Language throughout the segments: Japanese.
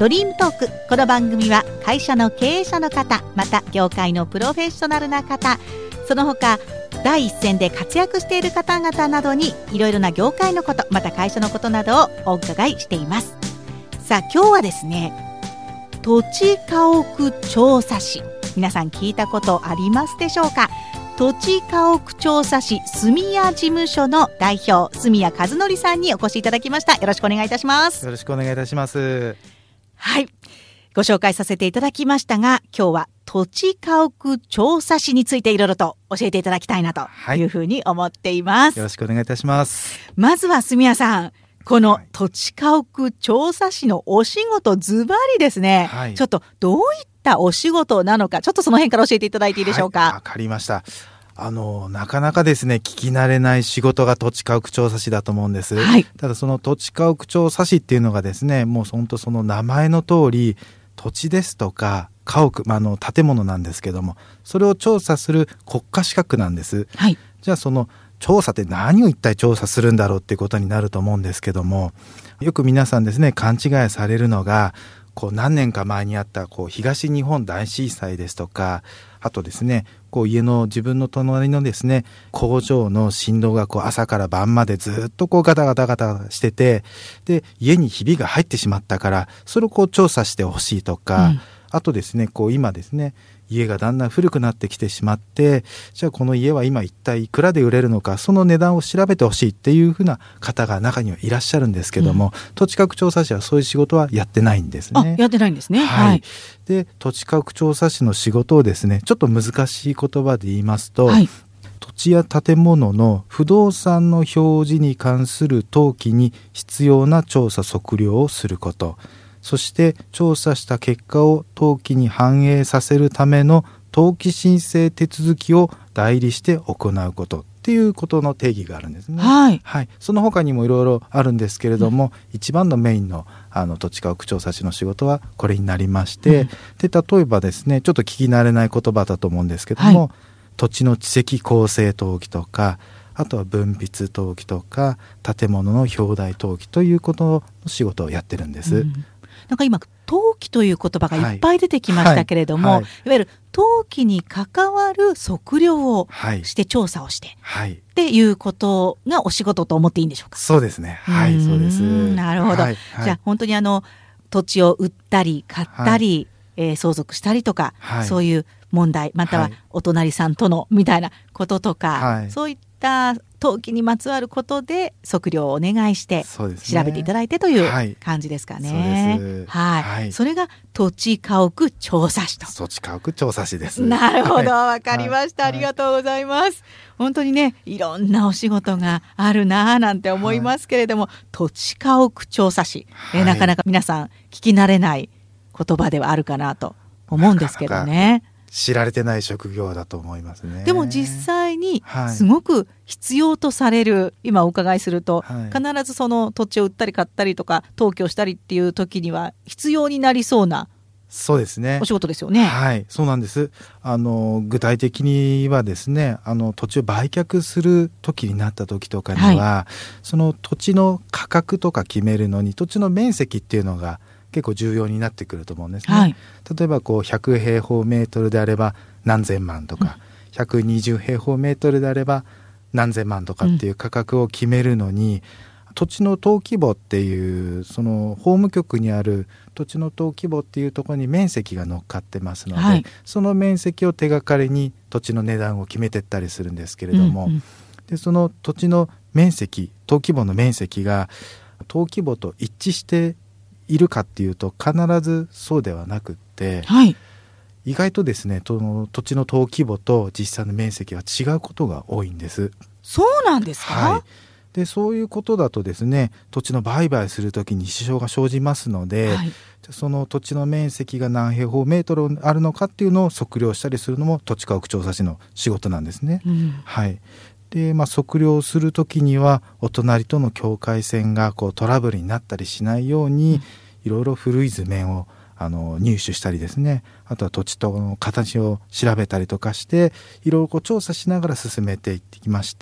ドリームトーク。この番組は会社の経営者の方、また業界のプロフェッショナルな方、その他第一線で活躍している方々などにいろいろな業界のこと、また会社のことなどをお伺いしています。さあ今日はですね、土地家屋調査士、皆さん聞いたことありますでしょうか。土地家屋調査士住谷事務所の代表、住谷和則さんにお越しいただきました。よろしくお願いいたします。 よろしくお願いいたします。 はい、ご紹介させていただきましたが、今日は土地家屋調査士についていろいろと教えていただきたいなというふうに思っています。 よろしくお願いいたします。 まずは住谷さん、この土地家屋調査士のお仕事、ズバリですね、ちょっとどういったお仕事なのか、ちょっとその辺から教えていただいていいでしょうか。 わかりました。なかなかですね、聞き慣れない仕事が土地家屋調査士だと思うんです。ただその土地家屋調査士っていうのがですね、もう本当その名前の通り、土地ですとか家屋、建物なんですけども、それを調査する国家資格なんです。じゃあその調査って何を一体調査するんだろうっていうことになると思うんですけども、よく皆さんですね、勘違いされるのが、何年か前にあった東日本大震災ですとか、あとですね、自分の隣のですね、工場の振動が朝から晩までずっとガタガタガタしてて、で家にひびが入ってしまったから、それを調査してほしいとか、あとですね、今ですね、家がだんだん古くなってきてしまって、じゃあこの家は今一体いくらで売れるのか、その値段を調べてほしいっていうふうな方が中にはいらっしゃるんですけども、土地家屋調査士はそういう仕事はやってないんですね。 やってないんですね。 で土地家屋調査士の仕事をですね、ちょっと難しい言葉で言いますと、土地や建物の不動産の表示に関する登記に必要な調査測量をすること、そして調査した結果を登記に反映させるための登記申請手続きを代理して行うことっていうことの定義があるんですね。その他にもいろいろあるんですけれども、一番のメインの土地家屋調査士の仕事はこれになりまして、で例えばですね、ちょっと聞き慣れない言葉だと思うんですけども、土地の地籍構成登記とか、あとは分筆登記とか、建物の表題登記ということの仕事をやってるんです。 なんか今登記という言葉がいっぱい出てきましたけれども、いわゆる登記に関わる測量をして調査をして、っていうことがお仕事と思っていいんでしょうか。 そうですね。そうです。 なるほど。じゃあ本当に土地を売ったり買ったり、相続したりとか、そういう問題、またはお隣さんとのみたいなこととか、そういった登記にまつわることで測量をお願いして調べていただいてという感じですかね。それが土地家屋調査士と。 土地家屋調査士です。 なるほど、わかりました。ありがとうございます。本当にね、いろんなお仕事があるなぁなんて思いますけれども、土地家屋調査士、なかなか皆さん聞き慣れない言葉ではあるかなと思うんですけどね。 知られてない職業だと思いますね。 でも実際にすごく必要とされる、今お伺いすると、必ずその土地を売ったり買ったりとか登記をしたりっていう時には必要になりそうなそうですね、 お仕事ですよね。 そうなんです。具体的にはですね、土地を売却する時になった時とかには、その土地の価格とか決めるのに土地の面積っていうのが結構重要になってくると思うんですね。例えば100平方メートルであれば何千万とか、120平方メートルであれば何千万とかっていう価格を決めるのに、土地の登記簿っていうその法務局にある土地の登記簿っていうところに面積が乗っかってますので、その面積を手がかりに土地の値段を決めてったりするんですけれども、でその土地の面積、登記簿の面積が登記簿と一致しているかっていうと必ずそうではなくって、意外とですね、土地の登記簿と実際の面積は違うことが多いんです。 そうなんですか。 でそういうことだとですね、土地の売買するときに支障が生じますので、その土地の面積が何平方メートルあるのかっていうのを測量したりするのも土地家屋調査士の仕事なんですね。で測量するときにはお隣との境界線がトラブルになったりしないように、いろいろ古い図面を入手したりですね、あとは土地と形を調べたりとかして、いろいろ調査しながら進めていってきまして、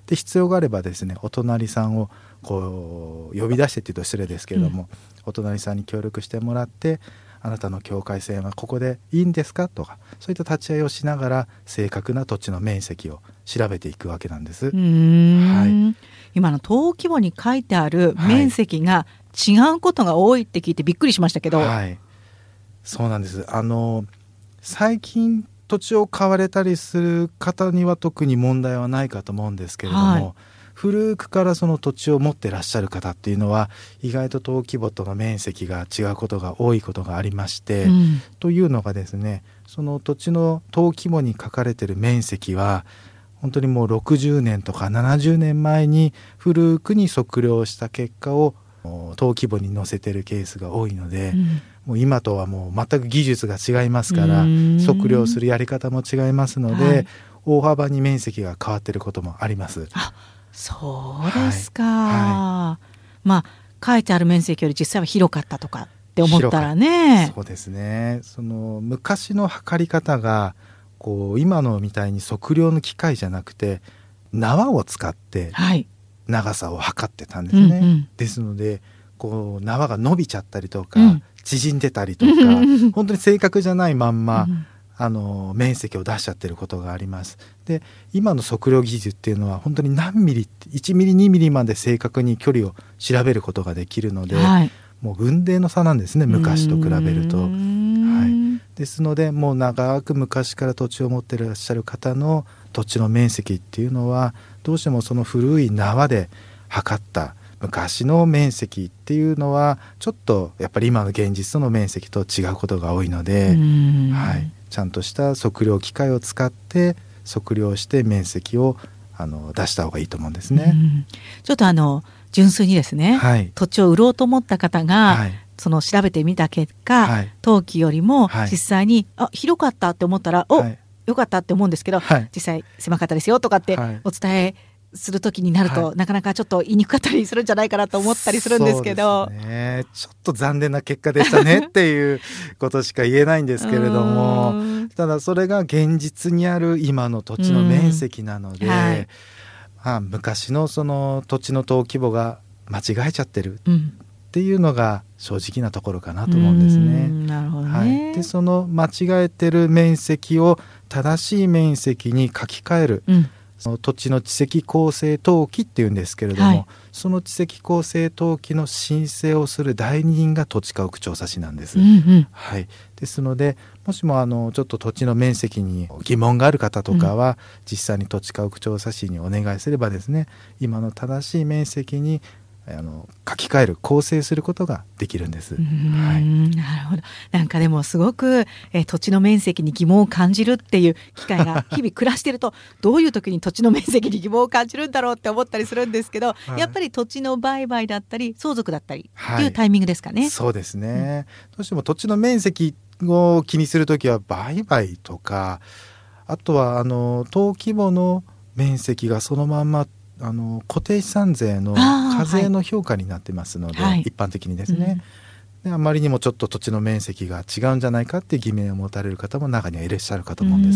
で必要があればですね、お隣さんをこう呼び出してっていうと失礼ですけれども、お隣さんに協力してもらって、あなたの境界線はここでいいんですかとか、そういった立ち会いをしながら正確な土地の面積を調べていくわけなんです。 今の登記簿に書いてある面積が違うことが多いって聞いてびっくりしましたけど、 そうなんです。最近土地を買われたりする方には特に問題はないかと思うんですけれども、古くからその土地を持ってらっしゃる方っていうのは意外と登記簿との面積が違うことが多いことがありまして、というのがですね、その土地の登記簿に書かれている面積は本当にもう60年とか70年前に古くに測量した結果を登記簿に載せているケースが多いので、もう今とはもう全く技術が違いますから、測量するやり方も違いますので、大幅に面積が変わっていることもあります。 そうですか。書いてある面積より実際は広かったとかって思ったらね。 そうですね。その昔の測り方がこう今のみたいに測量の機械じゃなくて縄を使って長さを測ってたんですね。ですのでこう縄が伸びちゃったりとか、縮んでたりとか本当に正確じゃないまんま、面積を出しちゃってることがあります。で今の測量技術っていうのは本当に何ミリ1ミリ2ミリまで正確に距離を調べることができるので、もう雲泥の差なんですね、昔と比べると。ですのでもう長く昔から土地を持っていらっしゃる方の土地の面積っていうのはどうしてもその古い縄で測った昔の面積っていうのはちょっとやっぱり今の現実との面積と違うことが多いので、ちゃんとした測量機械を使って測量して面積を出した方がいいと思うんですね。 ちょっと純粋にですね、土地を売ろうと思った方が、その調べてみた結果、登記よりも実際に、広かったって思ったら、よかったって思うんですけど、実際狭かったですよとかってお伝えするときになると、なかなかちょっと言いにくかったりするんじゃないかなと思ったりするんですけど、 そうですね、ちょっと残念な結果でしたねっていうことしか言えないんですけれどもただそれが現実にある今の土地の面積なので、昔のその土地の登記簿が間違えちゃってるっていうのが正直なところかなと思うんですね。 なるほどね。 でその間違えてる面積を正しい面積に書き換える、その土地の地籍構成登記っていうんですけれども、その地籍構成登記の申請をする代理人が土地家屋調査士なんです。ですのでもしもちょっと土地の面積に疑問がある方とかは、実際に土地家屋調査士にお願いすればですね、今の正しい面積に書き換える構成することができるんです。なるほど。なんかでもすごく、土地の面積に疑問を感じるっていう機会が日々暮らしているとどういう時に土地の面積に疑問を感じるんだろうって思ったりするんですけど、やっぱり土地の売買だったり相続だったりっていうタイミングですかね。 そうですね、どうしても土地の面積を気にするときは売買とか、あとは登記簿の面積がそのまんま固定資産税の課税の評価になってますので、一般的にですね、であまりにもちょっと土地の面積が違うんじゃないかっていう疑問を持たれる方も中にはいらっしゃるかと思うんです。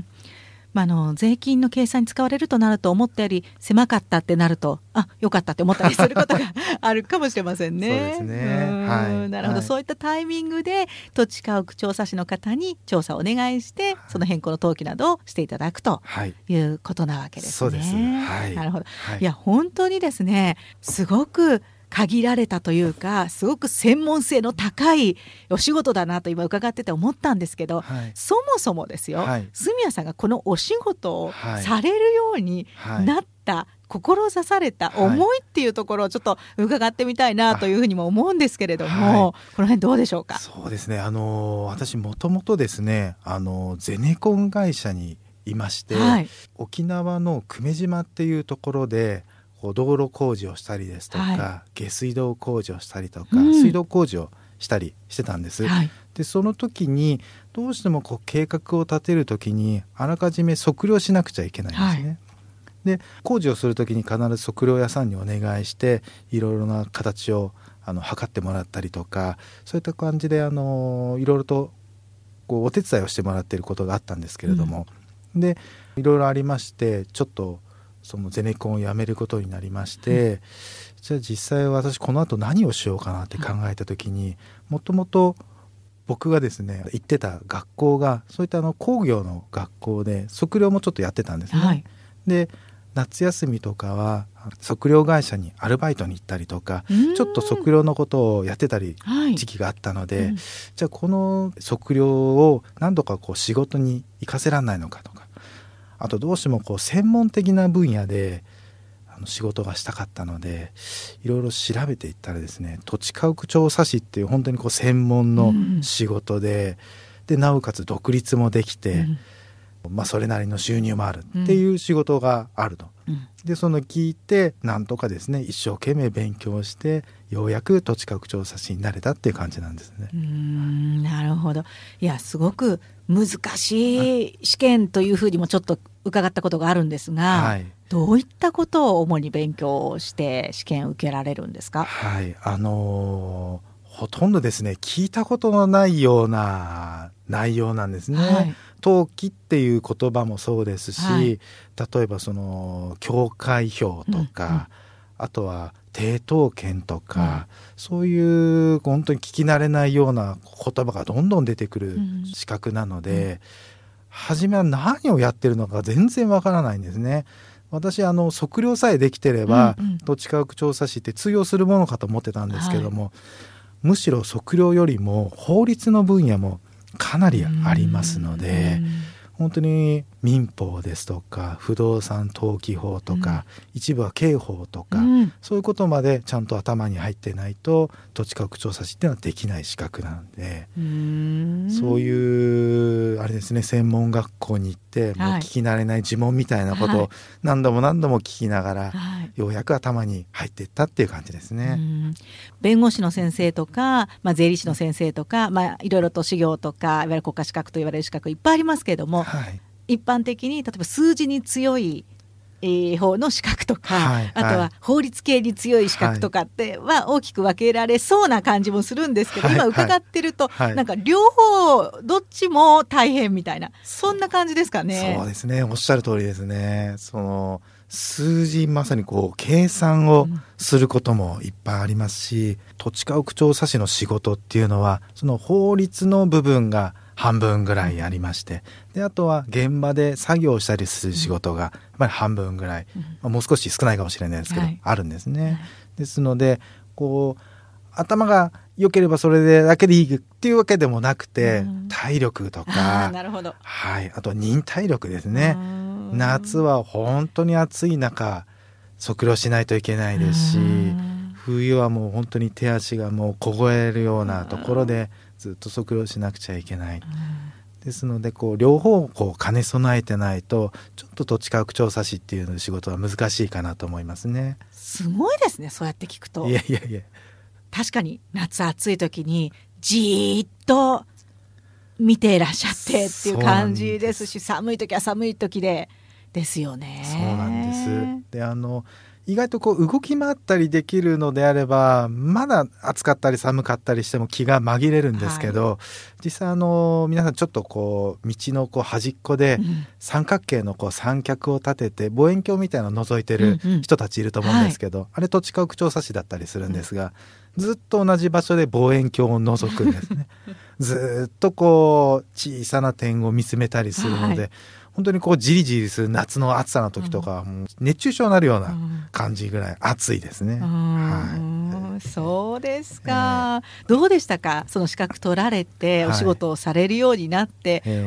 税金の計算に使われるとなると思ったより狭かったってなると良かったって思ったりすることがあるかもしれませんね。 そうですね、 なるほど、そういったタイミングで土地家屋調査士の方に調査をお願いして、その変更の登記などをしていただくということなわけですね。 そうです、 なるほど、いや本当にですね、すごく限られたというか、すごく専門性の高いお仕事だなと今伺ってて思ったんですけど、そもそもですよ、住谷さんがこのお仕事をされるようになった、志された思いっていうところをちょっと伺ってみたいなというふうにも思うんですけれども、この辺どうでしょうか。 そうですね、私もともとですね、ゼネコン会社にいまして、沖縄の久米島っていうところで道路工事をしたりですとか、下水道工事をしたりとか、水道工事をしたりしてたんです。でその時にどうしても計画を立てる時にあらかじめ測量しなくちゃいけないんですね。で工事をする時に必ず測量屋さんにお願いしていろいろな形を測ってもらったりとか、そういった感じでいろいろとお手伝いをしてもらっていることがあったんですけれども、でいろいろありまして、ちょっとそのゼネコンを辞めることになりまして、じゃあ実際私この後何をしようかなって考えた時に、もともと僕がですね行ってた学校がそういった工業の学校で測量もちょっとやってたんですね。で夏休みとかは測量会社にアルバイトに行ったりとか、ちょっと測量のことをやってたり時期があったので、じゃあこの測量を何度か仕事に生かせられないのかとか、あとどうしても専門的な分野で仕事がしたかったので、いろいろ調べていったらですね、土地家屋調査士っていう本当に専門の仕事で、でなおかつ独立もできて、それなりの収入もあるっていう仕事があると、でその聞いてなんとかですね一生懸命勉強してようやく土地家屋調査士になれたっていう感じなんですね。 なるほど。いやすごく難しい試験というふうにもちょっと伺ったことがあるんですが、どういったことを主に勉強して試験を受けられるんですか？ ほとんどですね聞いたことのないような内容なんですね。登記っていう言葉もそうですし、例えばその境界表とか、あとは抵当権とか、そういう本当に聞き慣れないような言葉がどんどん出てくる資格なので、初めは何をやってるのか全然わからないんですね。私測量さえできてれば、土地家屋調査士って通用するものかと思ってたんですけども、むしろ測量よりも法律の分野もかなりありますので、本当に民法ですとか不動産登記法とか、一部は刑法とか、そういうことまでちゃんと頭に入ってないと土地家屋調査士っていうのはできない資格なんで、そういうあれですね、専門学校に行ってもう聞き慣れない呪文みたいなことを何度も何度も聞きながら、ようやく頭に入っていったっていう感じですね。 弁護士の先生とか、税理士の先生とか、いろいろと修行とかいわゆる国家資格と言われる資格いっぱいありますけれども、一般的に例えば数字に強い方の資格とか、あとは法律系に強い資格とかっては大きく分けられそうな感じもするんですけど、今伺ってると、なんか両方どっちも大変みたいな、そんな感じですかね。 そうですね、おっしゃる通りですね。その数字まさに計算をすることもいっぱいありますし、土地家屋調査士の仕事っていうのはその法律の部分が半分ぐらいありまして、であとは現場で作業したりする仕事がやっぱり半分ぐらい、もう少し少ないかもしれないですけど、あるんですね。ですので頭が良ければそれだけでいいっていうわけでもなくて、体力とか、あと忍耐力ですね。夏は本当に暑い中測量しないといけないですし、冬はもう本当に手足がもう凍えるようなところでずっと測量しなくちゃいけない。ですので両方兼ね備えてないとちょっと土地家屋調査士っていう仕事は難しいかなと思いますね。 すごいですね、そうやって聞くと。 いや確かに夏暑い時にじーっと見ていらっしゃってっていう感じですし、寒い時は寒い時ですよね。 そうなんです。で意外と動き回ったりできるのであればまだ暑かったり寒かったりしても気が紛れるんですけど、実際皆さんちょっと道の端っこで三角形の三脚を立てて望遠鏡みたいなのを覗いてる人たちいると思うんですけど、あれ土地家屋調査士だったりするんですが、ずっと同じ場所で望遠鏡を覗くんですね。ずっと小さな点を見つめたりするので、本当にじりじりする夏の暑さの時とかはもう熱中症になるような感じぐらい暑いですね。 そうですか。どうでしたか、その資格取られてお仕事をされるようになって、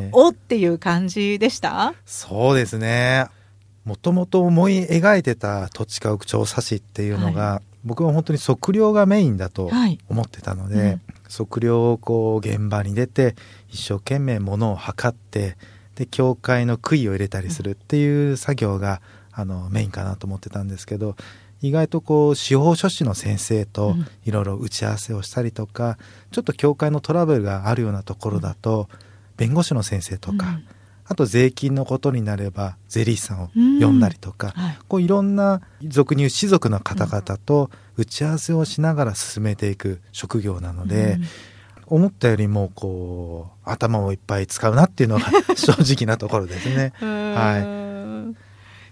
おっていう感じでした？ そうですね。もともと思い描いてた土地家屋調査士っていうのが、僕は本当に測量がメインだと思ってたので、測量を現場に出て一生懸命物を測って、で境界の杭を入れたりするっていう作業がメインかなと思ってたんですけど、意外と司法書士の先生といろいろ打ち合わせをしたりとか、ちょっと境界のトラブルがあるようなところだと弁護士の先生とか、あと税金のことになれば税理士さんを呼んだりとか、いろんな俗に言う士族の方々と打ち合わせをしながら進めていく職業なので、思ったよりも頭をいっぱい使うなっていうのが正直なところですね。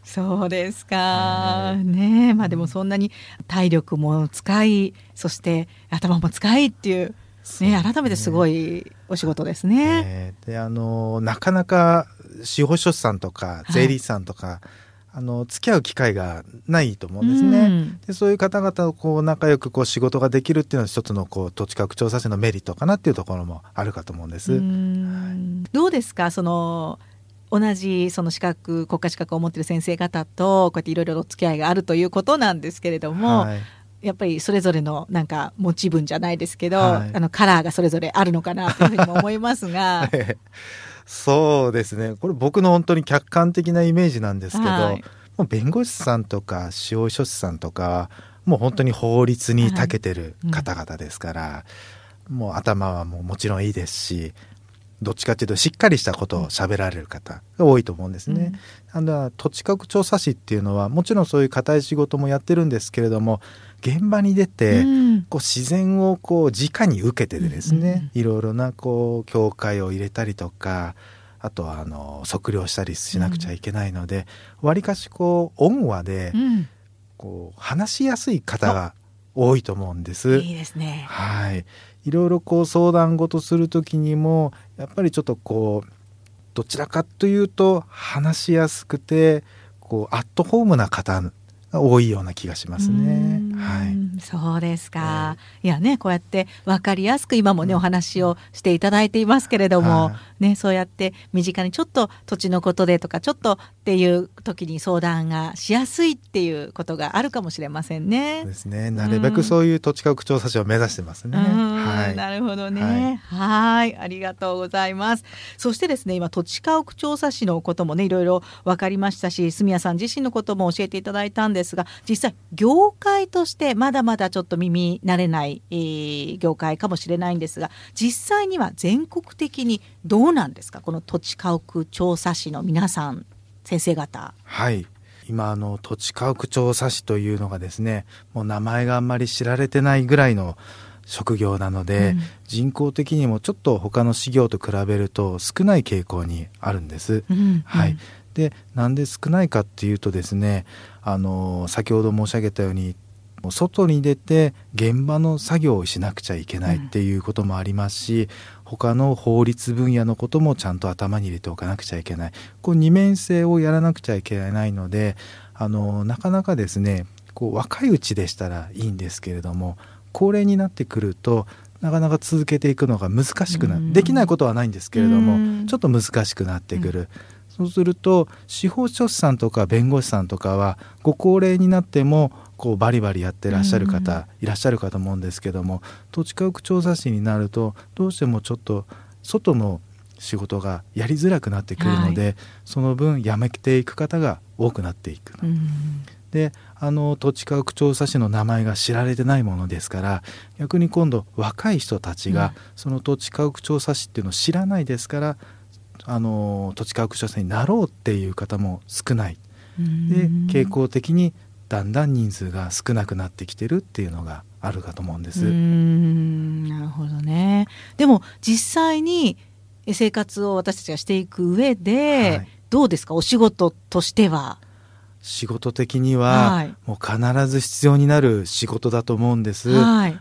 そうですか、ね。でもそんなに体力も使い、そして頭も使いっていう、ね、改めてすごいお仕事ですね。 でなかなか司法書士さんとか税理士さんとか、付き合う機会がないと思うんですね。でそういう方々と仲良く仕事ができるっていうのは一つの土地価格調査士のメリットかなっていうところもあるかと思うんです。 どうですか、同じ国家資格を持っている先生方とこうやっていろいろお付き合いがあるということなんですけれども、やっぱりそれぞれの持ち分じゃないですけど、カラーがそれぞれあるのかなというふうにも思いますがそうですね、これ僕の本当に客観的なイメージなんですけど、もう弁護士さんとか司法書士さんとかもう本当に法律に長けてる方々ですから、もう頭はもちろんいいですし、どっちかというとしっかりしたことを喋られる方が多いと思うんですね。土地価格調査士っていうのはもちろんそういう固い仕事もやってるんですけれども、現場に出て自然を直に受けてですね、いろいろな境界を入れたりとか、あとは測量したりしなくちゃいけないので、わりかし温和で話しやすい方が多いと思うんです。 いいですね。 いろいろ相談事する時にもやっぱりちょっとどちらかというと話しやすくてアットホームな方が多いような気がしますね。 そうですか。いやね、こうやって分かりやすく今もね、お話をしていただいていますけれども、そうやって身近にちょっと土地のことでとかちょっとっていう時に相談がしやすいっていうことがあるかもしれませんね。 そうですね、なるべくそういう土地価格調査士を目指してますね。 なるほどね。ありがとうございます。そしてですね、今土地価格調査士のこともね、いろいろ分かりましたし、住谷さん自身のことも教えていただいたんですが、実際業界としてまだまだちょっと耳慣れない、業界かもしれないんですが、実際には全国的にどうなんですか、この土地価格調査士の皆さん、先生方。 今土地価格調査士というのがですね、もう名前があんまり知られてないぐらいの職業なので、人口的にもちょっと他の事業と比べると少ない傾向にあるんです。で、なんで少ないかっていうとですね、先ほど申し上げたように外に出て現場の作業をしなくちゃいけないっていうこともありますし、他の法律分野のこともちゃんと頭に入れておかなくちゃいけない、二面性をやらなくちゃいけないので、なかなかですね、若いうちでしたらいいんですけれども、高齢になってくるとなかなか続けていくのが難しくなる。できないことはないんですけれども、ちょっと難しくなってくる。そうすると司法書士さんとか弁護士さんとかはご高齢になってもバリバリやってらっしゃる方いらっしゃるかと思うんですけども、土地価格調査士になるとどうしてもちょっと外の仕事がやりづらくなってくるので、その分やめていく方が多くなっていく。で、土地価格調査士の名前が知られてないものですから、逆に今度若い人たちがその土地価格調査士っていうのを知らないですから、土地価格調査になろうっていう方も少ない。で、傾向的にだんだん人数が少なくなってきてるっていうのがあるかと思うんです。 なるほどね。でも実際に生活を私たちがしていく上で、どうですか、お仕事としては。 仕事的には、もう必ず必要になる仕事だと思うんです。例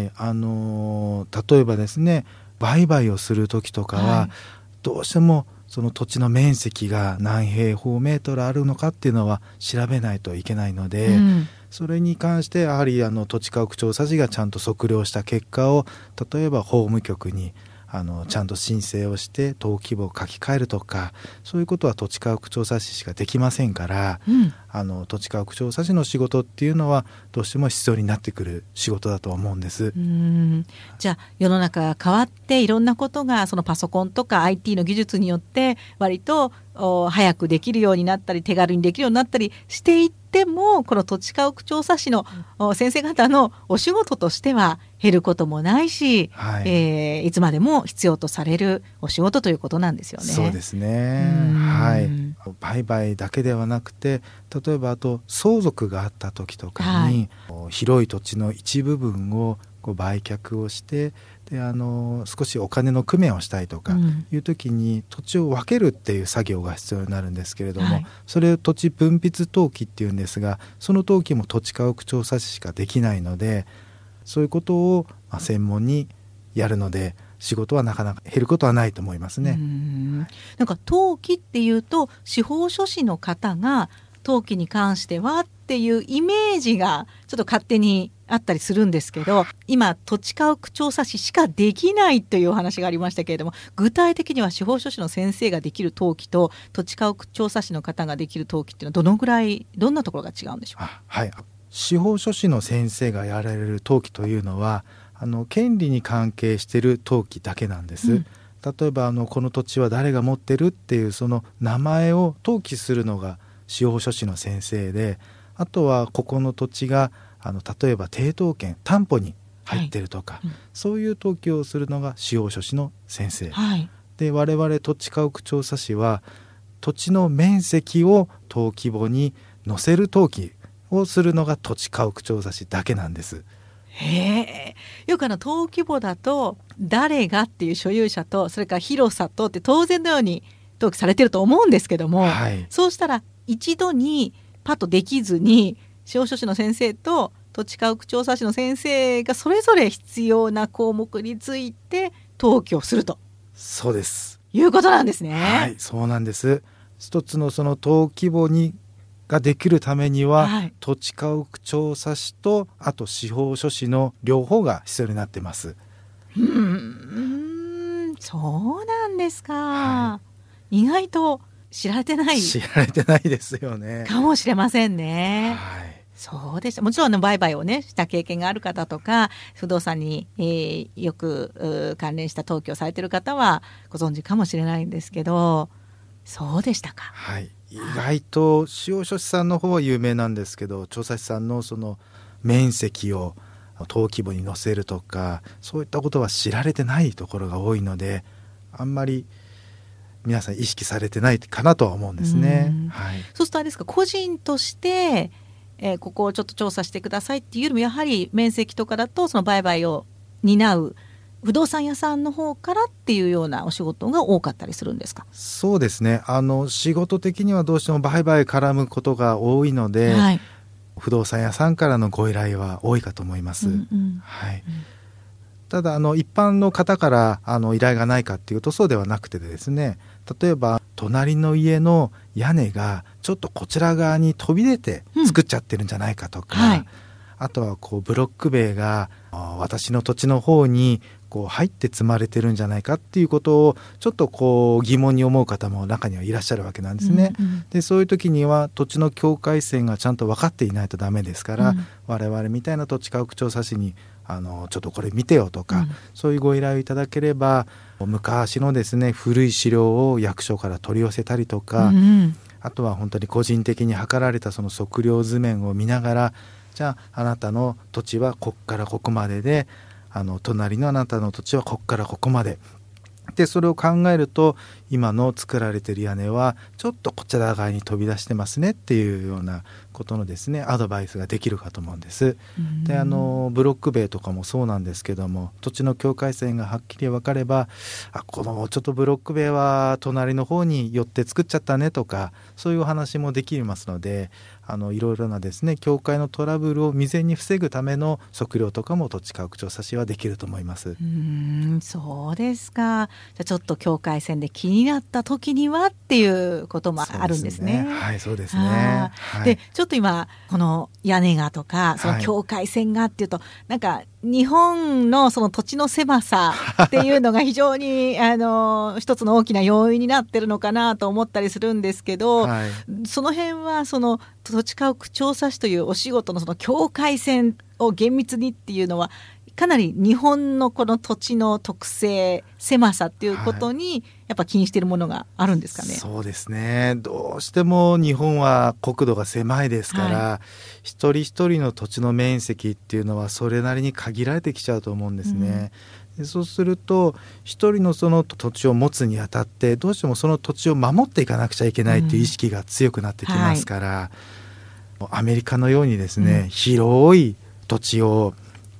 えばですね、売買をする時とかは、どうしてもその土地の面積が何平方メートルあるのかっていうのは調べないといけないので、それに関してやはり土地価格調査士がちゃんと測量した結果を、例えば法務局にちゃんと申請をして登記簿を書き換えるとか、そういうことは土地価格調査士しかできませんから、土地価格調査士の仕事っていうのはどうしても必要になってくる仕事だと思うんです。 じゃあ世の中が変わっていろんなことがそのパソコンとか IT の技術によって割と早くできるようになったり手軽にできるようになったりしていっても、この土地価格調査士の先生方のお仕事としては減ることもないし、いつまでも必要とされるお仕事ということなんですよね。 そうですね。売買だけではなくて、例えばあと相続があった時とかに、広い土地の一部分を売却をしてで少しお金の工面をしたいとかいう時に土地を分けるっていう作業が必要になるんですけれども、それを土地分筆登記っていうんですが、その登記も土地家屋調査士しかできないので、そういうことを専門にやるので仕事はなかなか減ることはないと思いますね。 なんか登記っていうと司法書士の方が登記に関してはっていうイメージがちょっと勝手にあったりするんですけど、今土地家屋調査士しかできないというお話がありましたけれども、具体的には司法書士の先生ができる登記と土地家屋調査士の方ができる登記っていうのはどのぐらいどんなところが違うんでしょうか。 はい、司法書士の先生がやられる登記というのは権利に関係している登記だけなんです。例えばこの土地は誰が持ってるっていうその名前を登記するのが司法書士の先生で、あとはここの土地が例えば抵当権担保に入ってるとか、そういう登記をするのが司法書士の先生、で我々土地家屋調査士は土地の面積を登記簿に載せる登記をするのが土地家屋調査士だけなんです。 よく登記簿だと誰がっていう所有者とそれから広さとって当然のように登記されてると思うんですけども、そうしたら一度にパッとできずに司法書士の先生と土地家屋調査士の先生がそれぞれ必要な項目について登記をすると。 そうですいうことなんですね。 はい、そうなんです。一つのその登記簿ができるためには、土地家屋調査士とあと司法書士の両方が必要になってます。 そうなんですか。意外と知られてないですよね。 かもしれませんね。そうでした。もちろん売買をねした経験がある方とか不動産に、よく関連した登記をされている方はご存知かもしれないんですけど、そうでしたか。 意外と司法書士さんの方は有名なんですけど、調査士さんのその面積を登記簿に載せるとかそういったことは知られてないところが多いので、あんまり皆さん意識されてないかなとは思うんですね。 そうするとあれですか、個人として、ここをちょっと調査してくださいっていうよりもやはり面積とかだとその売買を担う不動産屋さんの方からっていうようなお仕事が多かったりするんですか。 そうですね、仕事的にはどうしても売買絡むことが多いので、不動産屋さんからのご依頼は多いかと思います。ただ一般の方から依頼がないかっていうとそうではなくてですね、例えば隣の家の屋根がちょっとこちら側に飛び出て作っちゃってるんじゃないかとか、あとはブロック塀が私の土地の方に入って積まれてるんじゃないかっていうことをちょっと疑問に思う方も中にはいらっしゃるわけなんですね。でそういう時には土地の境界線がちゃんと分かっていないとダメですから、我々みたいな土地家屋調査士にちょっとこれ見てよとか、そういうご依頼をいただければ昔のですね古い資料を役所から取り寄せたりとか、あとは本当に個人的に測られたその測量図面を見ながら、じゃああなたの土地はここからここまでで隣のあなたの土地はここからここまでで、それを考えると今の作られている屋根はちょっとこちら側に飛び出してますねっていうようなことのですねアドバイスができるかと思うんです。でブロック塀とかもそうなんですけども、土地の境界線がはっきり分かれば、このちょっとブロック塀は隣の方に寄って作っちゃったねとか、そういうお話もできますので、いろいろなですね境界のトラブルを未然に防ぐための測量とかも土地家屋調査士はできると思います。 そうですか。じゃあちょっと境界線で気になった時にはっていうこともあるんですね。 そうですね。 でちょっと今この屋根がとかその境界線がっていうと、なんか日本のその土地の狭さっていうのが非常に一つの大きな要因になってるのかなと思ったりするんですけど、その辺はその土地家屋調査士というお仕事のその境界線を厳密にっていうのはかなり日本のこの土地の特性狭さっていうことにやっぱ気にしているものがあるんですかね。 そうですね、どうしても日本は国土が狭いですから、一人一人の土地の面積っていうのはそれなりに限られてきちゃうと思うんですね。でそうすると一人のその土地を持つにあたってどうしてもその土地を守っていかなくちゃいけないという意識が強くなってきますから、アメリカのようにですね、広い土地を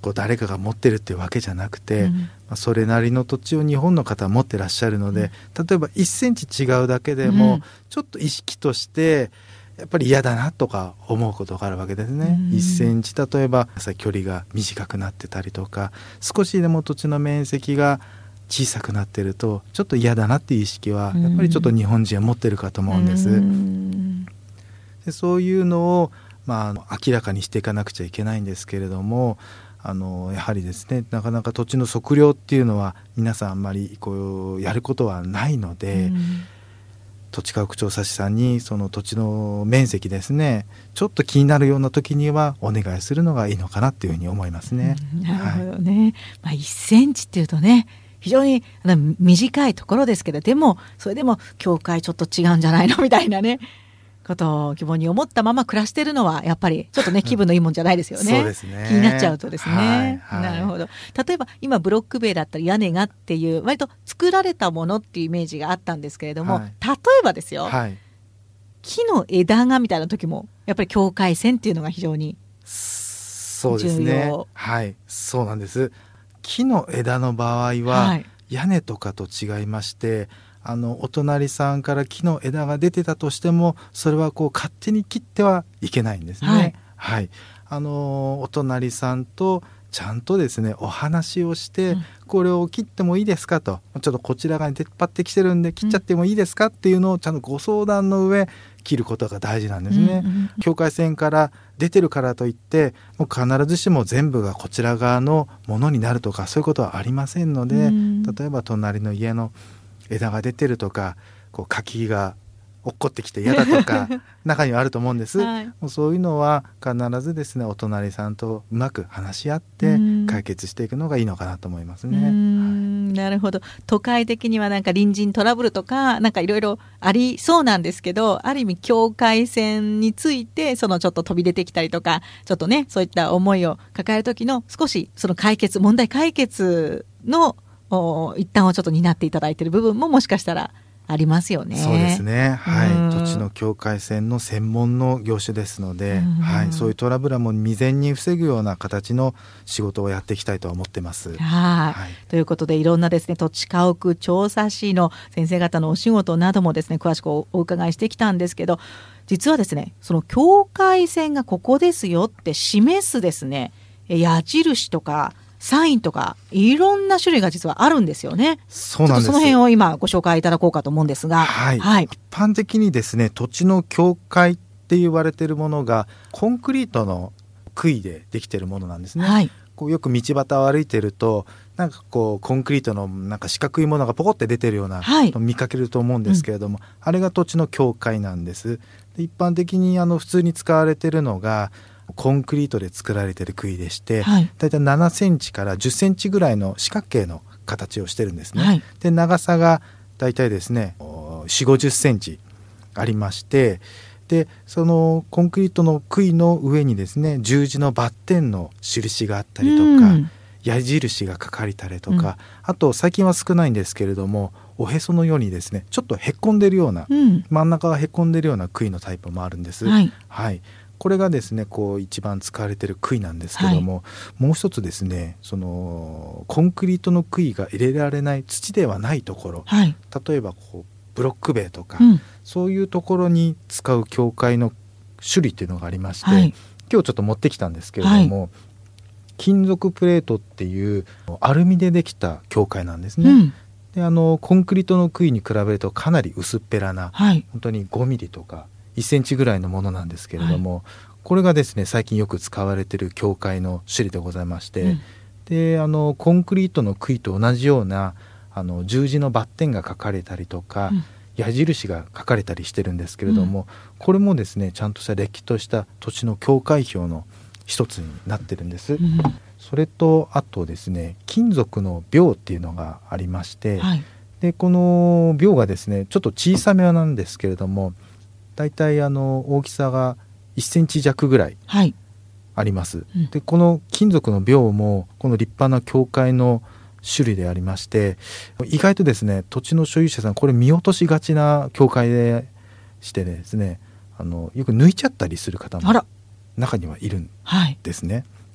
誰かが持ってるっていうわけじゃなくて、それなりの土地を日本の方は持ってらっしゃるので、例えば1センチ違うだけでも、ちょっと意識としてやっぱり嫌だなとか思うことがあるわけですね。1センチ例えば距離が短くなってたりとか、少しでも土地の面積が小さくなってるとちょっと嫌だなっていう意識はやっぱりちょっと日本人は持ってるかと思うんです。でそういうのを、明らかにしていかなくちゃいけないんですけれども、やはりですね、なかなか土地の測量っていうのは皆さんあんまりやることはないので、土地家屋調査士さんにその土地の面積ですね、ちょっと気になるような時にはお願いするのがいいのかなっていうふうに思いますね。 なるほどね。1センチっていうとね、非常に短いところですけど、でもそれでも境界ちょっと違うんじゃないのみたいなねことを疑問に思ったまま暮らしてるのはやっぱりちょっとね気分のいいもんじゃないですよね。 そうですね。 気になっちゃうとですね、なるほど。例えば今ブロック塀だったり屋根がっていう割と作られたものっていうイメージがあったんですけれども、例えばですよ、木の枝がみたいな時もやっぱり境界線っていうのが非常に重要。 そうですね。そうなんです。木の枝の場合は、屋根とかと違いまして、お隣さんから木の枝が出てたとしてもそれは勝手に切ってはいけないんですね。お隣さんとちゃんとですねお話をして、これを切ってもいいですかと、ちょっとこちら側に出っ張ってきてるんで切っちゃってもいいですかっていうのをちゃんとご相談の上切ることが大事なんですね。境界線から出てるからといってもう必ずしも全部がこちら側のものになるとかそういうことはありませんので、例えば隣の家の枝が出てるとか柿が落っこってきて嫌だとか中にはあると思うんです、もうそういうのは必ずですねお隣さんとうまく話し合って解決していくのがいいのかなと思いますね。 なるほど。都会的には隣人トラブルとかいろいろありそうなんですけど、ある意味境界線についてちょっと飛び出てきたりとかちょっとねそういった思いを抱える時の少しその問題解決の一端をちょっと担っていただいている部分ももしかしたらありますよね。 そうですね、土地の境界線の専門の業種ですので、そういうトラブルはもう未然に防ぐような形の仕事をやっていきたいと思ってます。 ということでいろんなですね土地家屋調査士の先生方のお仕事などもですね詳しくお伺いしてきたんですけど、実はですねその境界線がここですよって示すですね矢印とかサインとかいろんな種類が実はあるんですよね。 そうなんです。 ちょっとその辺を今ご紹介いただこうかと思うんですが、 一般的にですね土地の境界って言われているものがコンクリートの杭でできているものなんですね。よく道端を歩いているとコンクリートの四角いものがポコって出てるようなのを見かけると思うんですけれども、あれが土地の境界なんです。で一般的に普通に使われているのがコンクリートで作られている杭でして、だいたい7センチから10センチぐらいの四角形の形をしてるんですね。で長さがだいたいですね4、50センチありまして、でそのコンクリートの杭の上にですね十字のバッテンの印があったりとか、矢印が書かれたりとか、あと最近は少ないんですけれどもおへそのようにですねちょっとへこんでるような、真ん中がへこんでるような杭のタイプもあるんです。これがですね一番使われている杭なんですけども、もう一つですねそのコンクリートの杭が入れられない土ではないところ、例えばブロック塀とか、そういうところに使う境界の種類っていうのがありまして、今日ちょっと持ってきたんですけれども、金属プレートっていうアルミでできた境界なんですね。でコンクリートの杭に比べるとかなり薄っぺらな、本当に5ミリとか1センチぐらいのものなんですけれども、これがですね最近よく使われている境界の種類でございまして、でコンクリートの杭と同じような十字のバッテンが書かれたりとか、矢印が書かれたりしてるんですけれども、これもですねちゃんとしたれっきとした土地の境界表の一つになってるんです。それとあとですね金属の鋲っていうのがありまして、でこの鋲がですねちょっと小さめなんですけれども、だいたい大きさが1センチ弱ぐらいあります。でこの金属の鋲もこの立派な境界の種類でありまして、意外とですね土地の所有者さんこれ見落としがちな境界でしてですねよく抜いちゃったりする方も中にはいるんですね。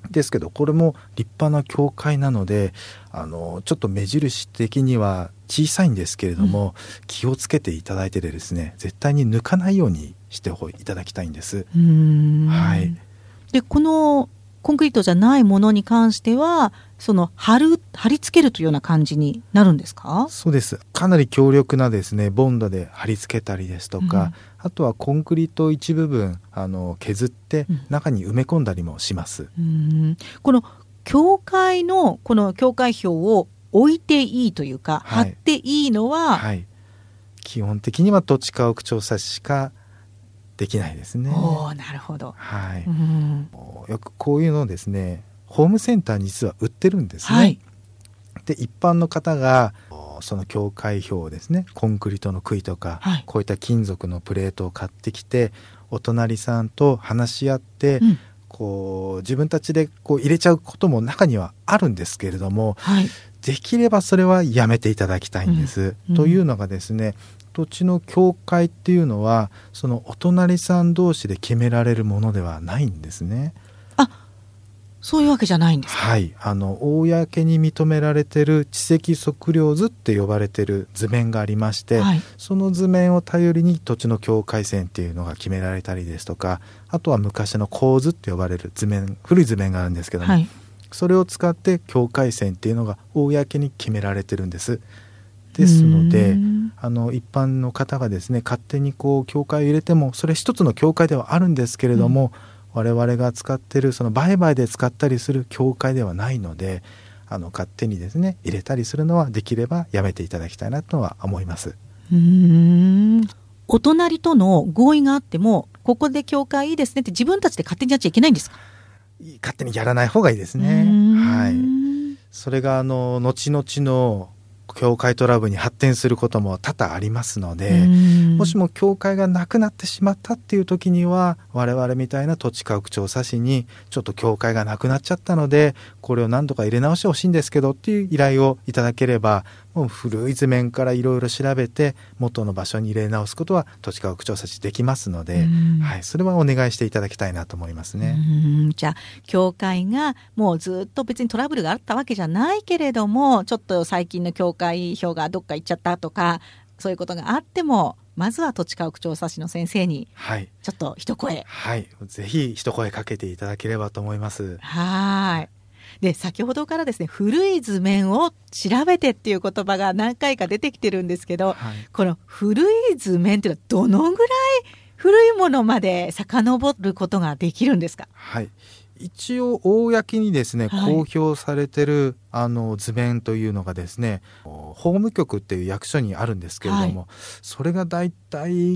ですけどこれも立派な教会なのでちょっと目印的には小さいんですけれども、気をつけていただいてですね、絶対に抜かないようにしていただきたいんです。はい、 でこのコンクリートじゃないものに関してはその貼り付けるというような感じになるんですか？ そうです。かなり強力なですねボンドで貼り付けたりですとか、あとはコンクリート一部分削って中に埋め込んだりもします。 この教会のこの教会標を置いていいというか、貼っていいのは、 基本的には土地家屋調査士しかできないですね。 なるほど。 よくこういうのをですねホームセンターに実は売ってるんですね。で一般の方がその教会標をですねコンクリートの杭とか、こういった金属のプレートを買ってきてお隣さんと話し合って、こう自分たちでこう入れちゃうことも中にはあるんですけれども、できればそれはやめていただきたいんです。というのがですね、土地の境界っていうのはそのお隣さん同士で決められるものではないんですね。 そういうわけじゃないんですか？ 公に認められている地籍測量図って呼ばれている図面がありまして、その図面を頼りに土地の境界線っていうのが決められたりですとか、あとは昔の構図って呼ばれる図面、古い図面があるんですけども、それを使って境界線っていうのが公に決められてるんです。ですので一般の方がですね勝手にこう境界を入れてもそれ一つの境界ではあるんですけれども、我々が使っているその売買で使ったりする境界ではないので勝手にですね入れたりするのはできればやめていただきたいなとは思います。 お隣との合意があってもここで境界いいですねって自分たちで勝手にやっちゃいけないんですか？ 勝手にやらない方がいいですね。それが後々の境界トラブルに発展することも多々ありますので、もしも境界がなくなってしまったっていう時には我々みたいな土地家屋調査士にちょっと境界がなくなっちゃったのでこれを何とか入れ直してほしいんですけどっていう依頼をいただければ、もう古い図面からいろいろ調べて元の場所に入れ直すことは土地家屋調査士できますので、それはお願いしていただきたいなと思いますね。 じゃあ境界がもうずっと別にトラブルがあったわけじゃないけれども、ちょっと最近の境界表がどっか行っちゃったとかそういうことがあってもまずは土地家屋調査士の先生にちょっと一声、 ぜひ一声かけていただければと思います。 で先ほどからですね古い図面を調べてっていう言葉が何回か出てきてるんですけど、この古い図面っていうのはどのぐらい古いものまで遡ることができるんですか？ 一応公にですね、公表されてる図面というのがですね法務局っていう役所にあるんですけれども、それがだいたい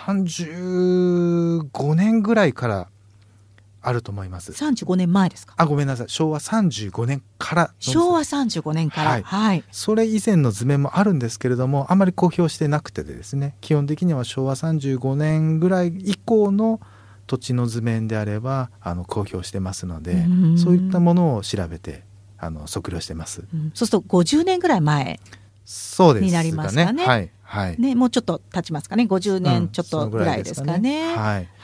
35年ぐらいからあると思います。 35年前ですか？ ごめんなさい、昭和35年から昭和35年から、 それ以前の図面もあるんですけれどもあまり公表してなくてですね、基本的には昭和35年ぐらい以降の土地の図面であれば公表してますので、そういったものを調べて測量してます。 そうすると50年ぐらい前になりますかね。もうちょっと経ちますかね。50年ちょっとぐらいですかね。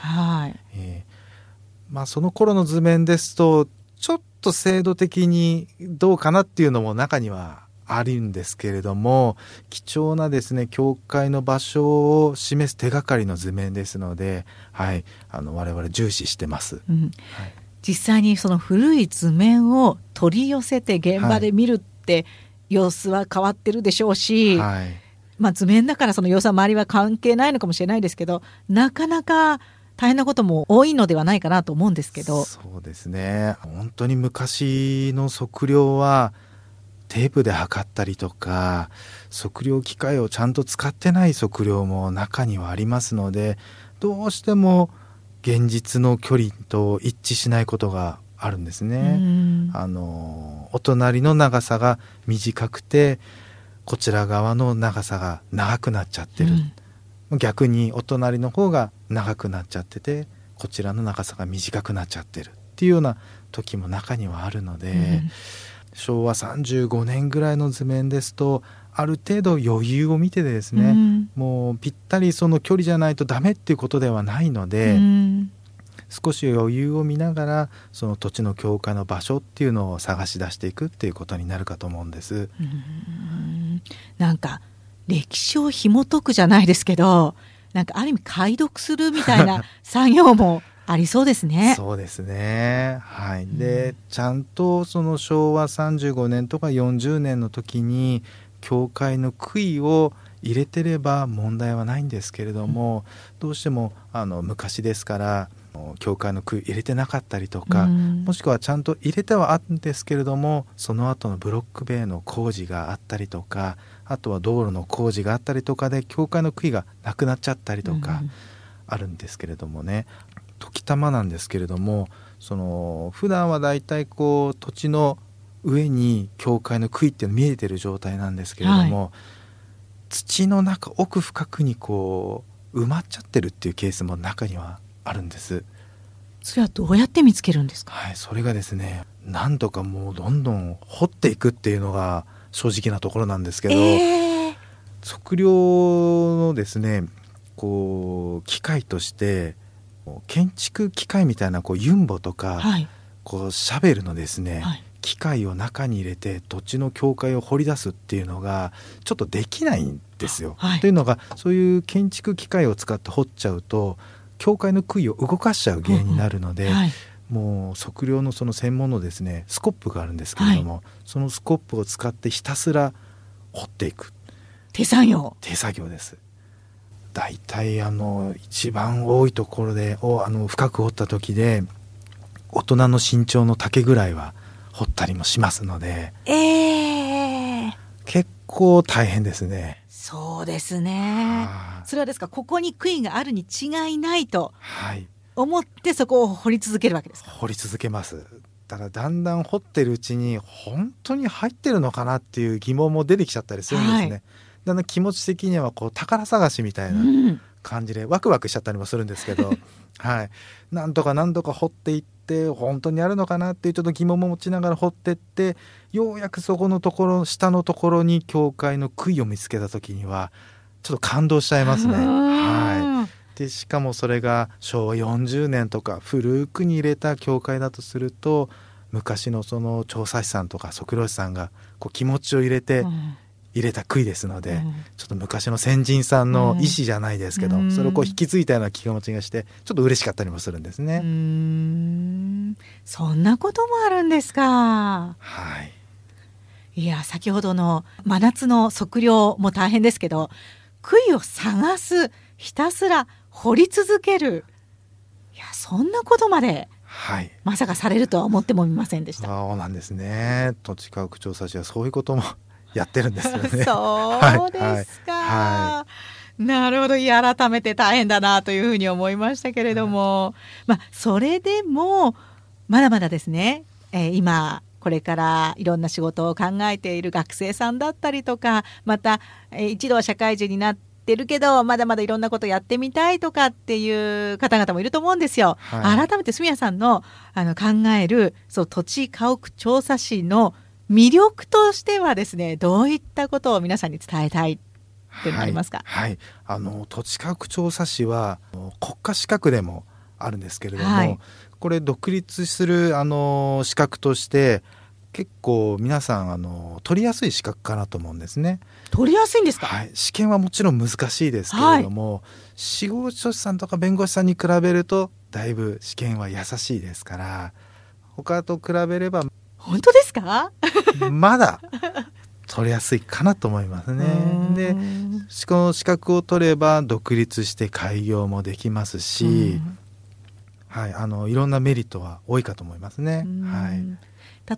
その頃の図面ですとちょっと制度的にどうかなっていうのも中にはあるんですけれども、貴重なですね境界の場所を示す手がかりの図面ですので、我々重視してます。 実際にその古い図面を取り寄せて現場で見るって様子は変わってるでしょうし、図面だからその様子は周りは関係ないのかもしれないですけど、なかなか大変なことも多いのではないかなと思うんですけど。 そうですね、本当に昔の測量はテープで測ったりとか測量機械をちゃんと使ってない測量も中にはありますので、どうしても現実の距離と一致しないことがあるんですね。お隣の長さが短くてこちら側の長さが長くなっちゃってる、逆にお隣の方が長くなっちゃっててこちらの長さが短くなっちゃってるっていうような時も中にはあるので、昭和35年ぐらいの図面ですとある程度余裕を見てですね、もうぴったりその距離じゃないとダメっていうことではないので、 少し余裕を見ながらその土地の教会の場所っていうのを探し出していくっていうことになるかと思うんです。 なんか歴史を紐解くじゃないですけど、なんかある意味解読するみたいな作業もありそうですね。 そうですね、はい。で、ちゃんとその昭和35年とか40年の時に教会の杭を入れてれば問題はないんですけれども、どうしても昔ですから教会の杭入れてなかったりとか、もしくはちゃんと入れてはあるんですけれども、その後のブロック塀の工事があったりとか、あとは道路の工事があったりとかで教会の杭がなくなっちゃったりとかあるんですけれどもね、時たまなんですけれども、普段はだいたい土地の上に教会の杭っていうの見えてる状態なんですけれども、はい、土の中奥深くに埋まっちゃってるっていうケースも中にはあるんです。 それはどうやって見つけるんですか？ はい、それがですね、なんとかもうどんどん掘っていくっていうのが正直なところなんですけど、測量のですね機械として建築機械みたいなユンボとか、はい、シャベルのですね、はい、機械を中に入れて土地の境界を掘り出すっていうのがちょっとできないんですよ、はい、というのがそういう建築機械を使って掘っちゃうと境界の杭を動かしちゃう原因になるので、はい、もう測量のその専門のですねスコップがあるんですけれども、はい、そのスコップを使ってひたすら掘っていく手作業です。だいたい一番多いところで深く掘った時で大人の身長の丈ぐらいは掘ったりもしますので、結構大変ですね。 そうですね。それはですか、ここに杭があるに違いないと思ってそこを掘り続けるわけですか？ 掘り続けます。ただだんだん掘ってるうちに本当に入ってるのかなっていう疑問も出てきちゃったりするんですね、はい、だんだん気持ち的には宝探しみたいな感じでワクワクしちゃったりもするんですけど、はい、なんとか掘っていって本当にあるのかなっていうちょっと疑問も持ちながら掘っていって、ようやくそこのところ下のところに教会の杭を見つけた時にはちょっと感動しちゃいますね、はい。でしかもそれが昭和40年とか古くに入れた教会だとすると、昔のその調査師さんとか測量士さんが気持ちを入れて入れた杭ですので、ちょっと昔の先人さんの意思じゃないですけど、それを引き継いだような気持ちがしてちょっと嬉しかったりもするんですね。 そんなこともあるんですか。 はい。 いや、先ほどの真夏の測量も大変ですけど、杭を探す、ひたすら掘り続ける、いや、そんなことまで、はい、まさかされるとは思ってもみませんでした。 そうなんですね。土地家屋調査士はそういうこともやってるんですよね。 そうですか、はい、なるほど。いや、改めて大変だなというふうに思いましたけれども、それでもまだまだですね、今これからいろんな仕事を考えている学生さんだったりとか、また、一度は社会人になってるけどまだまだいろんなことやってみたいとかっていう方々もいると思うんですよ、はい、改めて住谷さんの、考える土地家屋調査士の魅力としてはですね、どういったことを皆さんに伝えたいってありますか？ はいはい、土地家屋調査士は国家資格でもあるんですけれども、はい、これ独立する資格として結構皆さん取りやすい資格かなと思うんですね。 取りやすいんですか？ はい、試験はもちろん難しいですけれども、はい、司法書士さんとか弁護士さんに比べるとだいぶ試験は優しいですから、他と比べれば本当ですか？ まだ取りやすいかなと思いますね。で、この資格を取れば独立して開業もできますし、はい、いろんなメリットは多いかと思いますね。はい、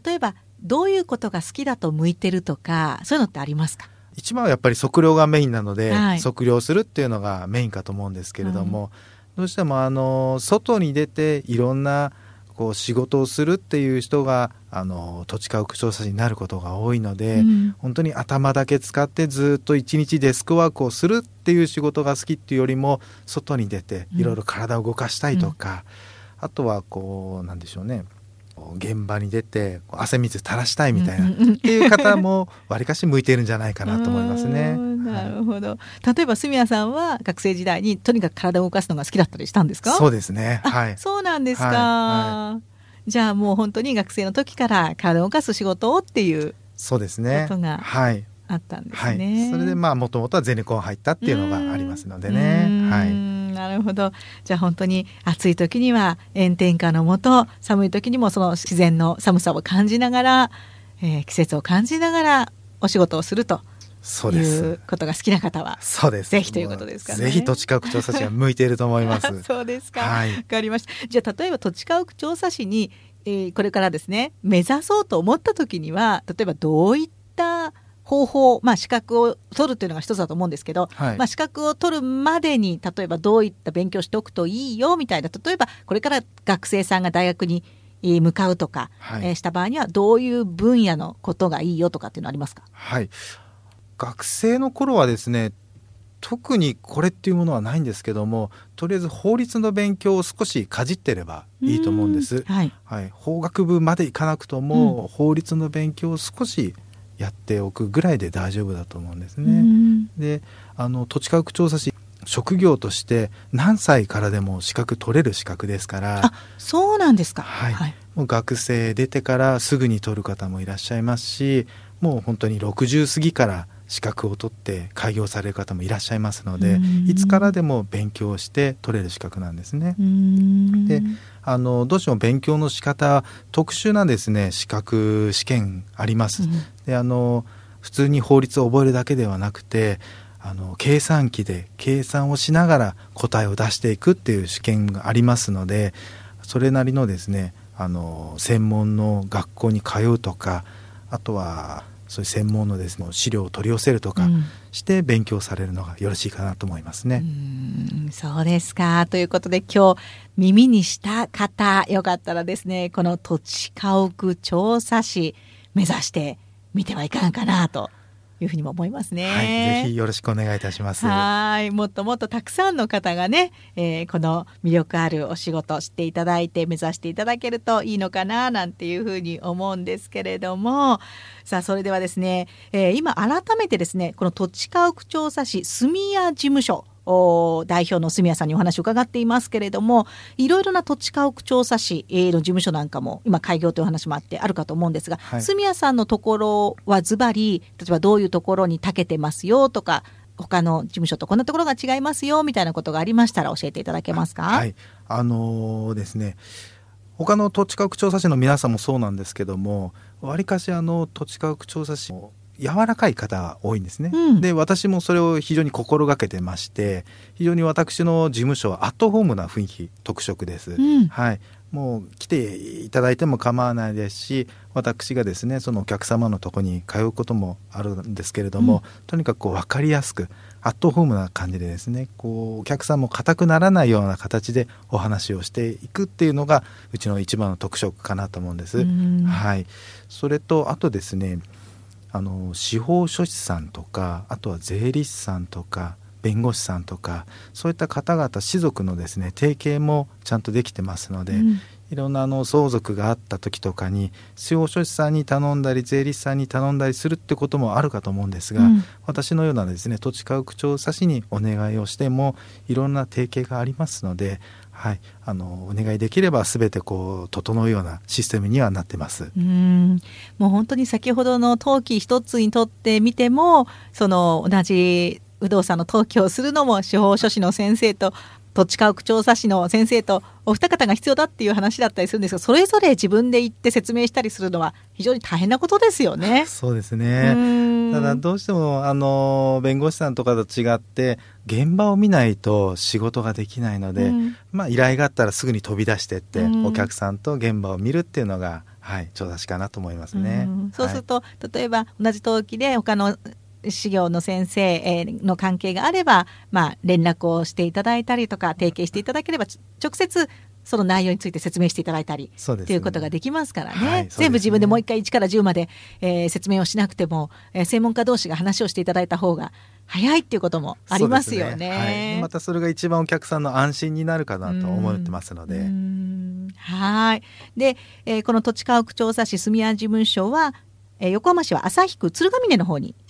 例えばどういうことが好きだと向いてるとか、そういうのってありますか？ 一番はやっぱり測量がメインなので、はい、測量するっていうのがメインかと思うんですけれども、どうしても外に出ていろんな仕事をするっていう人が土地家屋調査士になることが多いので、本当に頭だけ使ってずっと一日デスクワークをするっていう仕事が好きっていうよりも、外に出ていろいろ体を動かしたいとか、あとはなんでしょうね、現場に出て汗水垂らしたいみたいなっていう方もわりかし向いているんじゃないかなと思いますね。 なるほど。例えば住谷さんは学生時代にとにかく体を動かすのが好きだったりしたんですか？ そうですね。はい。 そうなんですか。 はいはい、 じゃあもう本当に学生の時から体を動かす仕事をっていうそうですね。 ことがあったんですね。はい、 それでもともとはゼネコン入ったっていうのがありますのでね。はい。 なるほど。じゃあ本当に暑い時には炎天下の下、寒い時にもその自然の寒さを感じながら、季節を感じながらお仕事をするということが好きな方はそうです。 ぜひということですかね。 ぜひ土地家屋調査士が向いていると思います。 そうですか。 はい。 わかりました。じゃあ例えば土地家屋調査士に、これからですね目指そうと思った時には例えばどういった方法、資格を取るというのが一つだと思うんですけど、はい、資格を取るまでに例えばどういった勉強しておくといいよみたいな、例えばこれから学生さんが大学に向かうとか、はい、した場合にはどういう分野のことがいいよとかっていうのありますか？ はい、学生の頃はですね特にこれっていうものはないんですけども、とりあえず法律の勉強を少しかじってればいいと思うんです。はいはい、法学部までいかなくとも、法律の勉強を少しやっておくぐらいで大丈夫だと思うんですね。で、土地家屋調査士職業として何歳からでも資格取れる資格ですから。 あ、そうなんですか。 はいはい、もう学生出てからすぐに取る方もいらっしゃいますし、もう本当に60過ぎから資格を取って開業される方もいらっしゃいますので、いつからでも勉強して取れる資格なんですね。で、どうしても勉強の仕方特殊なですね資格試験あります。で、普通に法律を覚えるだけではなくて計算機で計算をしながら答えを出していくっていう試験がありますので、それなりのですね専門の学校に通うとか、あとはそういう専門のですね資料を取り寄せるとかして勉強されるのがよろしいかなと思いますね。 そうですか。ということで今日耳にした方、よかったらですねこの土地家屋調査士目指してみてはいかがかなというふうにも思いますね。 はい、ぜひよろしくお願いいたします。 はい、もっともっとたくさんの方がね、この魅力あるお仕事を知っていただいて目指していただけるといいのかななんていうふうに思うんですけれども、さあそれではですね、今改めてですねこの土地家屋調査士住谷事務所代表の住谷さんにお話を伺っていますけれども、いろいろな土地家屋調査士の事務所なんかも今開業というお話もあってあるかと思うんですが、はい、住谷さんのところはズバリ例えばどういうところに長けてますよとか、他の事務所とこんなところが違いますよみたいなことがありましたら教えていただけますか？ はい、ですね他の土地家屋調査士の皆さんもそうなんですけども、わりかし土地家屋調査士も柔らかい方が多いんですね。で、私もそれを非常に心がけてまして、非常に私の事務所はアットホームな雰囲気特色です。はい、もう来ていただいても構わないですし、私がですねそのお客様のとこに通うこともあるんですけれども、とにかく分かりやすくアットホームな感じでですね、お客さんも硬くならないような形でお話をしていくっていうのがうちの一番の特色かなと思うんです。はい、それとあとですね司法書士さんとか、あとは税理士さんとか弁護士さんとか、そういった方々士族のですね提携もちゃんとできてますので、いろんな相続があった時とかに司法書士さんに頼んだり税理士さんに頼んだりするってこともあるかと思うんですが、私のようなですね土地家屋調査士にお願いをしてもいろんな提携がありますので、はい、お願いできれば全て整うようなシステムにはなってます。 もう本当に先ほどの登記一つにとってみても、その同じ不動産の登記をするのも司法書士の先生と土地家屋調査士の先生とお二方が必要だっていう話だったりするんですが、それぞれ自分で行って説明したりするのは非常に大変なことですよね。 そうですね。ただどうしても弁護士さんとかと違って現場を見ないと仕事ができないので、依頼があったらすぐに飛び出してって、お客さんと現場を見るっていうのが、調査士かなと思いますね。 そうすると、例えば同じ登記で他の事業の先生の関係があれば、連絡をしていただいたりとか提携していただければ直接その内容について説明していただいたりということができますからね。全部自分でもう一回1から10まで、説明をしなくても、専門家同士が話をしていただいた方が早いっていうこともありますよね。 またそれが一番お客さんの安心になるかなと思ってますので。 で、この土地家屋調査士住谷事務所は、横浜市は旭区鶴ヶ峰の方に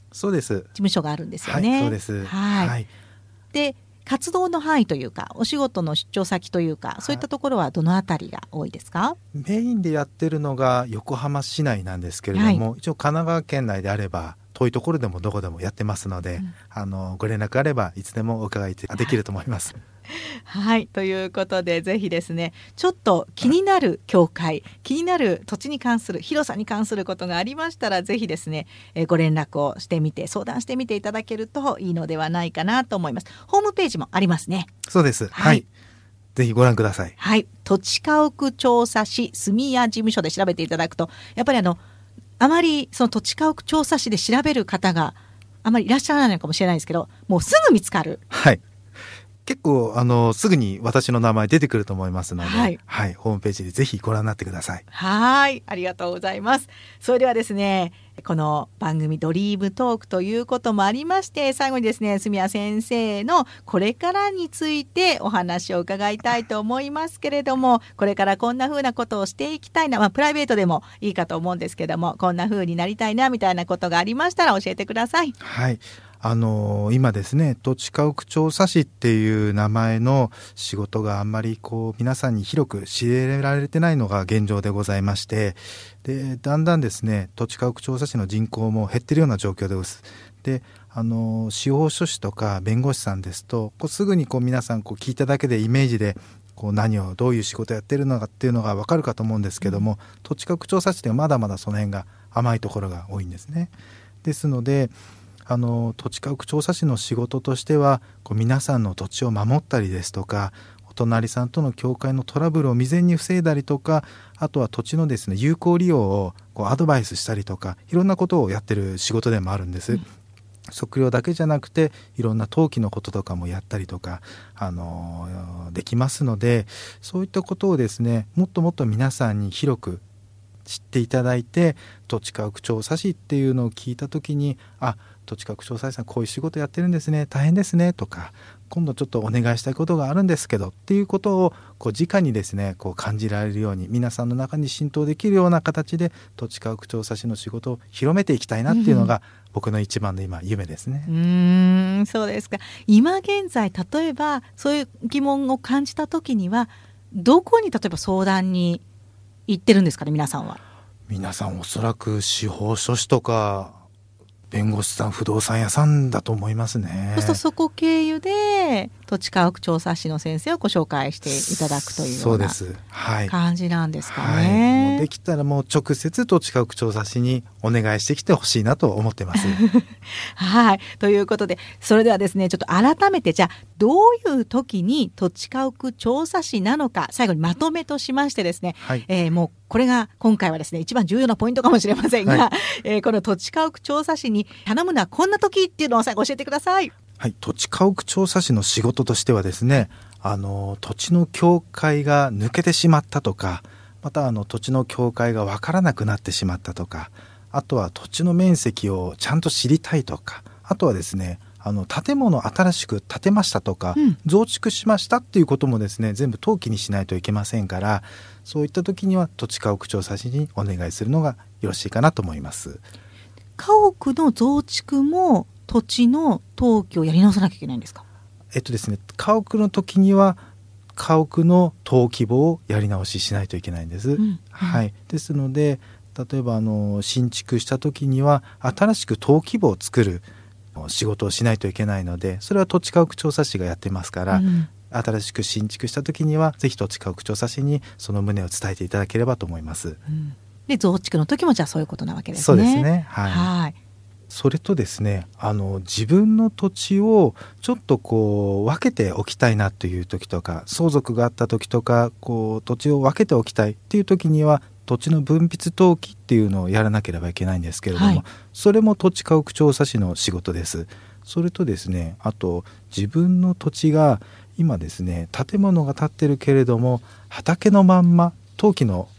そうです。 事務所があるんですよね。 はい、そうです。 はい、はい、で活動の範囲というかお仕事の出張先というか、そういったところはどのあたりが多いですか？ メインでやってるのが横浜市内なんですけれども、はい、一応神奈川県内であれば遠いところでもどこでもやってますので、ご連絡あればいつでもお伺いできると思います。 はい、ということでぜひですね、ちょっと気になる教会、気になる土地に関する広さに関することがありましたら、ぜひですね、ご連絡をしてみて相談してみていただけるといいのではないかなと思います。ホームページもありますね。 そうです。はい、ぜひご覧ください。 はい、土地家屋調査士住谷事務所で調べていただくと、やっぱりあまりその土地家屋調査士で調べる方があまりいらっしゃらないのかもしれないですけど、もうすぐ見つかる。 はい、結構すぐに私の名前出てくると思いますので、はい、はい、ホームページでぜひご覧になってください。 はい、ありがとうございます。それではですね、この番組ドリームトークということもありまして、最後にですね、住谷先生のこれからについてお話を伺いたいと思いますけれども、これからこんな風なことをしていきたいな、プライベートでもいいかと思うんですけども、こんな風になりたいなみたいなことがありましたら教えてください。 はい、今ですね、土地家屋調査士っていう名前の仕事があんまり皆さんに広く知られてないのが現状でございまして、でだんだんですね、土地家屋調査士の人口も減っているような状況です。で司法書士とか弁護士さんですとすぐに皆さん聞いただけでイメージで何をどういう仕事をやってるのかっていうのが分かるかと思うんですけども、土地家屋調査士ってまだまだその辺が甘いところが多いんですね。ですので土地家屋調査士の仕事としては皆さんの土地を守ったりですとか、お隣さんとの境界のトラブルを未然に防いだりとか、あとは土地のですね有効利用をアドバイスしたりとか、いろんなことをやってる仕事でもあるんです。測量だけじゃなくていろんな登記のこととかもやったりとかできますので、そういったことをですねもっともっと皆さんに広く知っていただいて、土地家屋調査士っていうのを聞いたときに、土地家屋調査士さんこういう仕事やってるんですね、大変ですねとか、今度ちょっとお願いしたいことがあるんですけどっていうことを直にですね感じられるように、皆さんの中に浸透できるような形で土地家屋調査士の仕事を広めていきたいなっていうのが、僕の一番の今夢ですね。 そうですか。今現在例えばそういう疑問を感じた時にはどこに例えば相談に行ってるんですかね？皆さんは。 皆さんおそらく司法書士とか弁護士さん、不動産屋さんだと思いますね。 そうするとそこ経由で土地家屋調査士の先生をご紹介していただくというような感じなんですかね。 もうできたらもう直接土地家屋調査士にお願いしてきてほしいなと思ってますはい、ということで、それではですねちょっと改めて、じゃあどういう時に土地家屋調査士なのか、最後にまとめとしましてですね、もうこれが今回はですね一番重要なポイントかもしれませんが、この土地家屋調査士に頼むのはこんな時っていうのを最後教えてください。 はい、土地家屋調査士の仕事としてはですね、土地の境界が抜けてしまったとか、また土地の境界が分からなくなってしまったとか、あとは土地の面積をちゃんと知りたいとか、あとはですね建物新しく建てましたとか、増築しましたっていうこともですね全部登記にしないといけませんから、そういった時には土地家屋調査士にお願いするのがよろしいかなと思います。 家屋の増築も土地の登記をやり直さなきゃいけないんですか？ ですね、家屋の時には家屋の登記簿をやり直ししないといけないんです。ですので例えば新築した時には新しく登記簿を作る仕事をしないといけないので、それは土地家屋調査士がやってますから、新しく新築した時にはぜひ土地家屋調査士にその旨を伝えていただければと思います。 で増築の時もじゃあそういうことなわけですね。 そうですね。それとですね自分の土地をちょっと分けておきたいなという時とか、相続があった時とか土地を分けておきたいっていう時には土地の分筆登記っていうのをやらなければいけないんですけれども、それも土地家屋調査士の仕事です。それとですね、あと自分の土地が今ですね建物が建ってるけれども畑のまんま登記の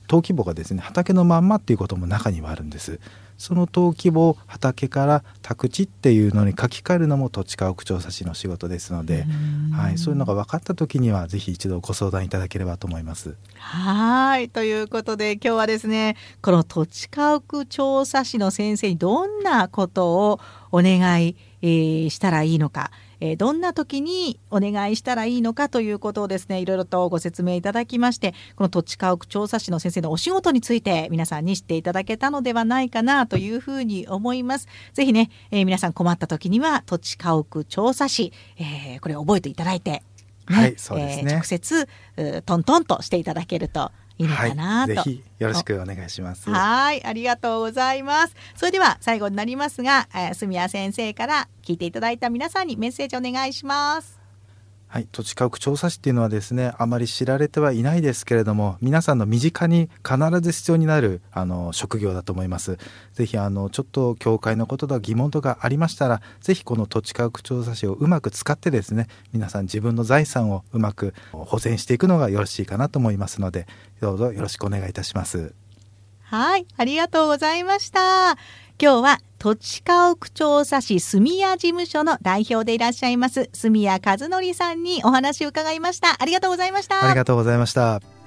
登記簿がですね畑のまんまっていうことも中にはあるんです。その登記簿を畑から宅地っていうのに書き換えるのも土地家屋調査士の仕事ですので、はい、そういうのが分かった時にはぜひ一度ご相談いただければと思います。 はいということで今日はですねこの土地家屋調査士の先生にどんなことをお願い、したらいいのか、どんな時にお願いしたらいいのかということをですねいろいろとご説明いただきまして、この土地家屋調査士の先生のお仕事について皆さんに知っていただけたのではないかなというふうに思います。ぜひね、皆さん困った時には土地家屋調査士、これ覚えていただいて、ね、 はい、そうですね、 直接トントンとしていただけるといいのかなと、 はい、ぜひよろしくお願いします。 はい、ありがとうございます。それでは最後になりますが、住谷先生から聞いていただいた皆さんにメッセージお願いします。 はい、土地家屋調査士っていうのはですねあまり知られてはいないですけれども、皆さんの身近に必ず必要になる職業だと思います。ぜひちょっと教会のこととか疑問とかありましたら、ぜひこの土地家屋調査士をうまく使ってですね、皆さん自分の財産をうまく保全していくのがよろしいかなと思いますので、どうぞよろしくお願いいたします。 はい、ありがとうございました。今日は土地家屋調査士住谷事務所の代表でいらっしゃいます住谷和則さんにお話を伺いました。ありがとうございました。 ありがとうございました。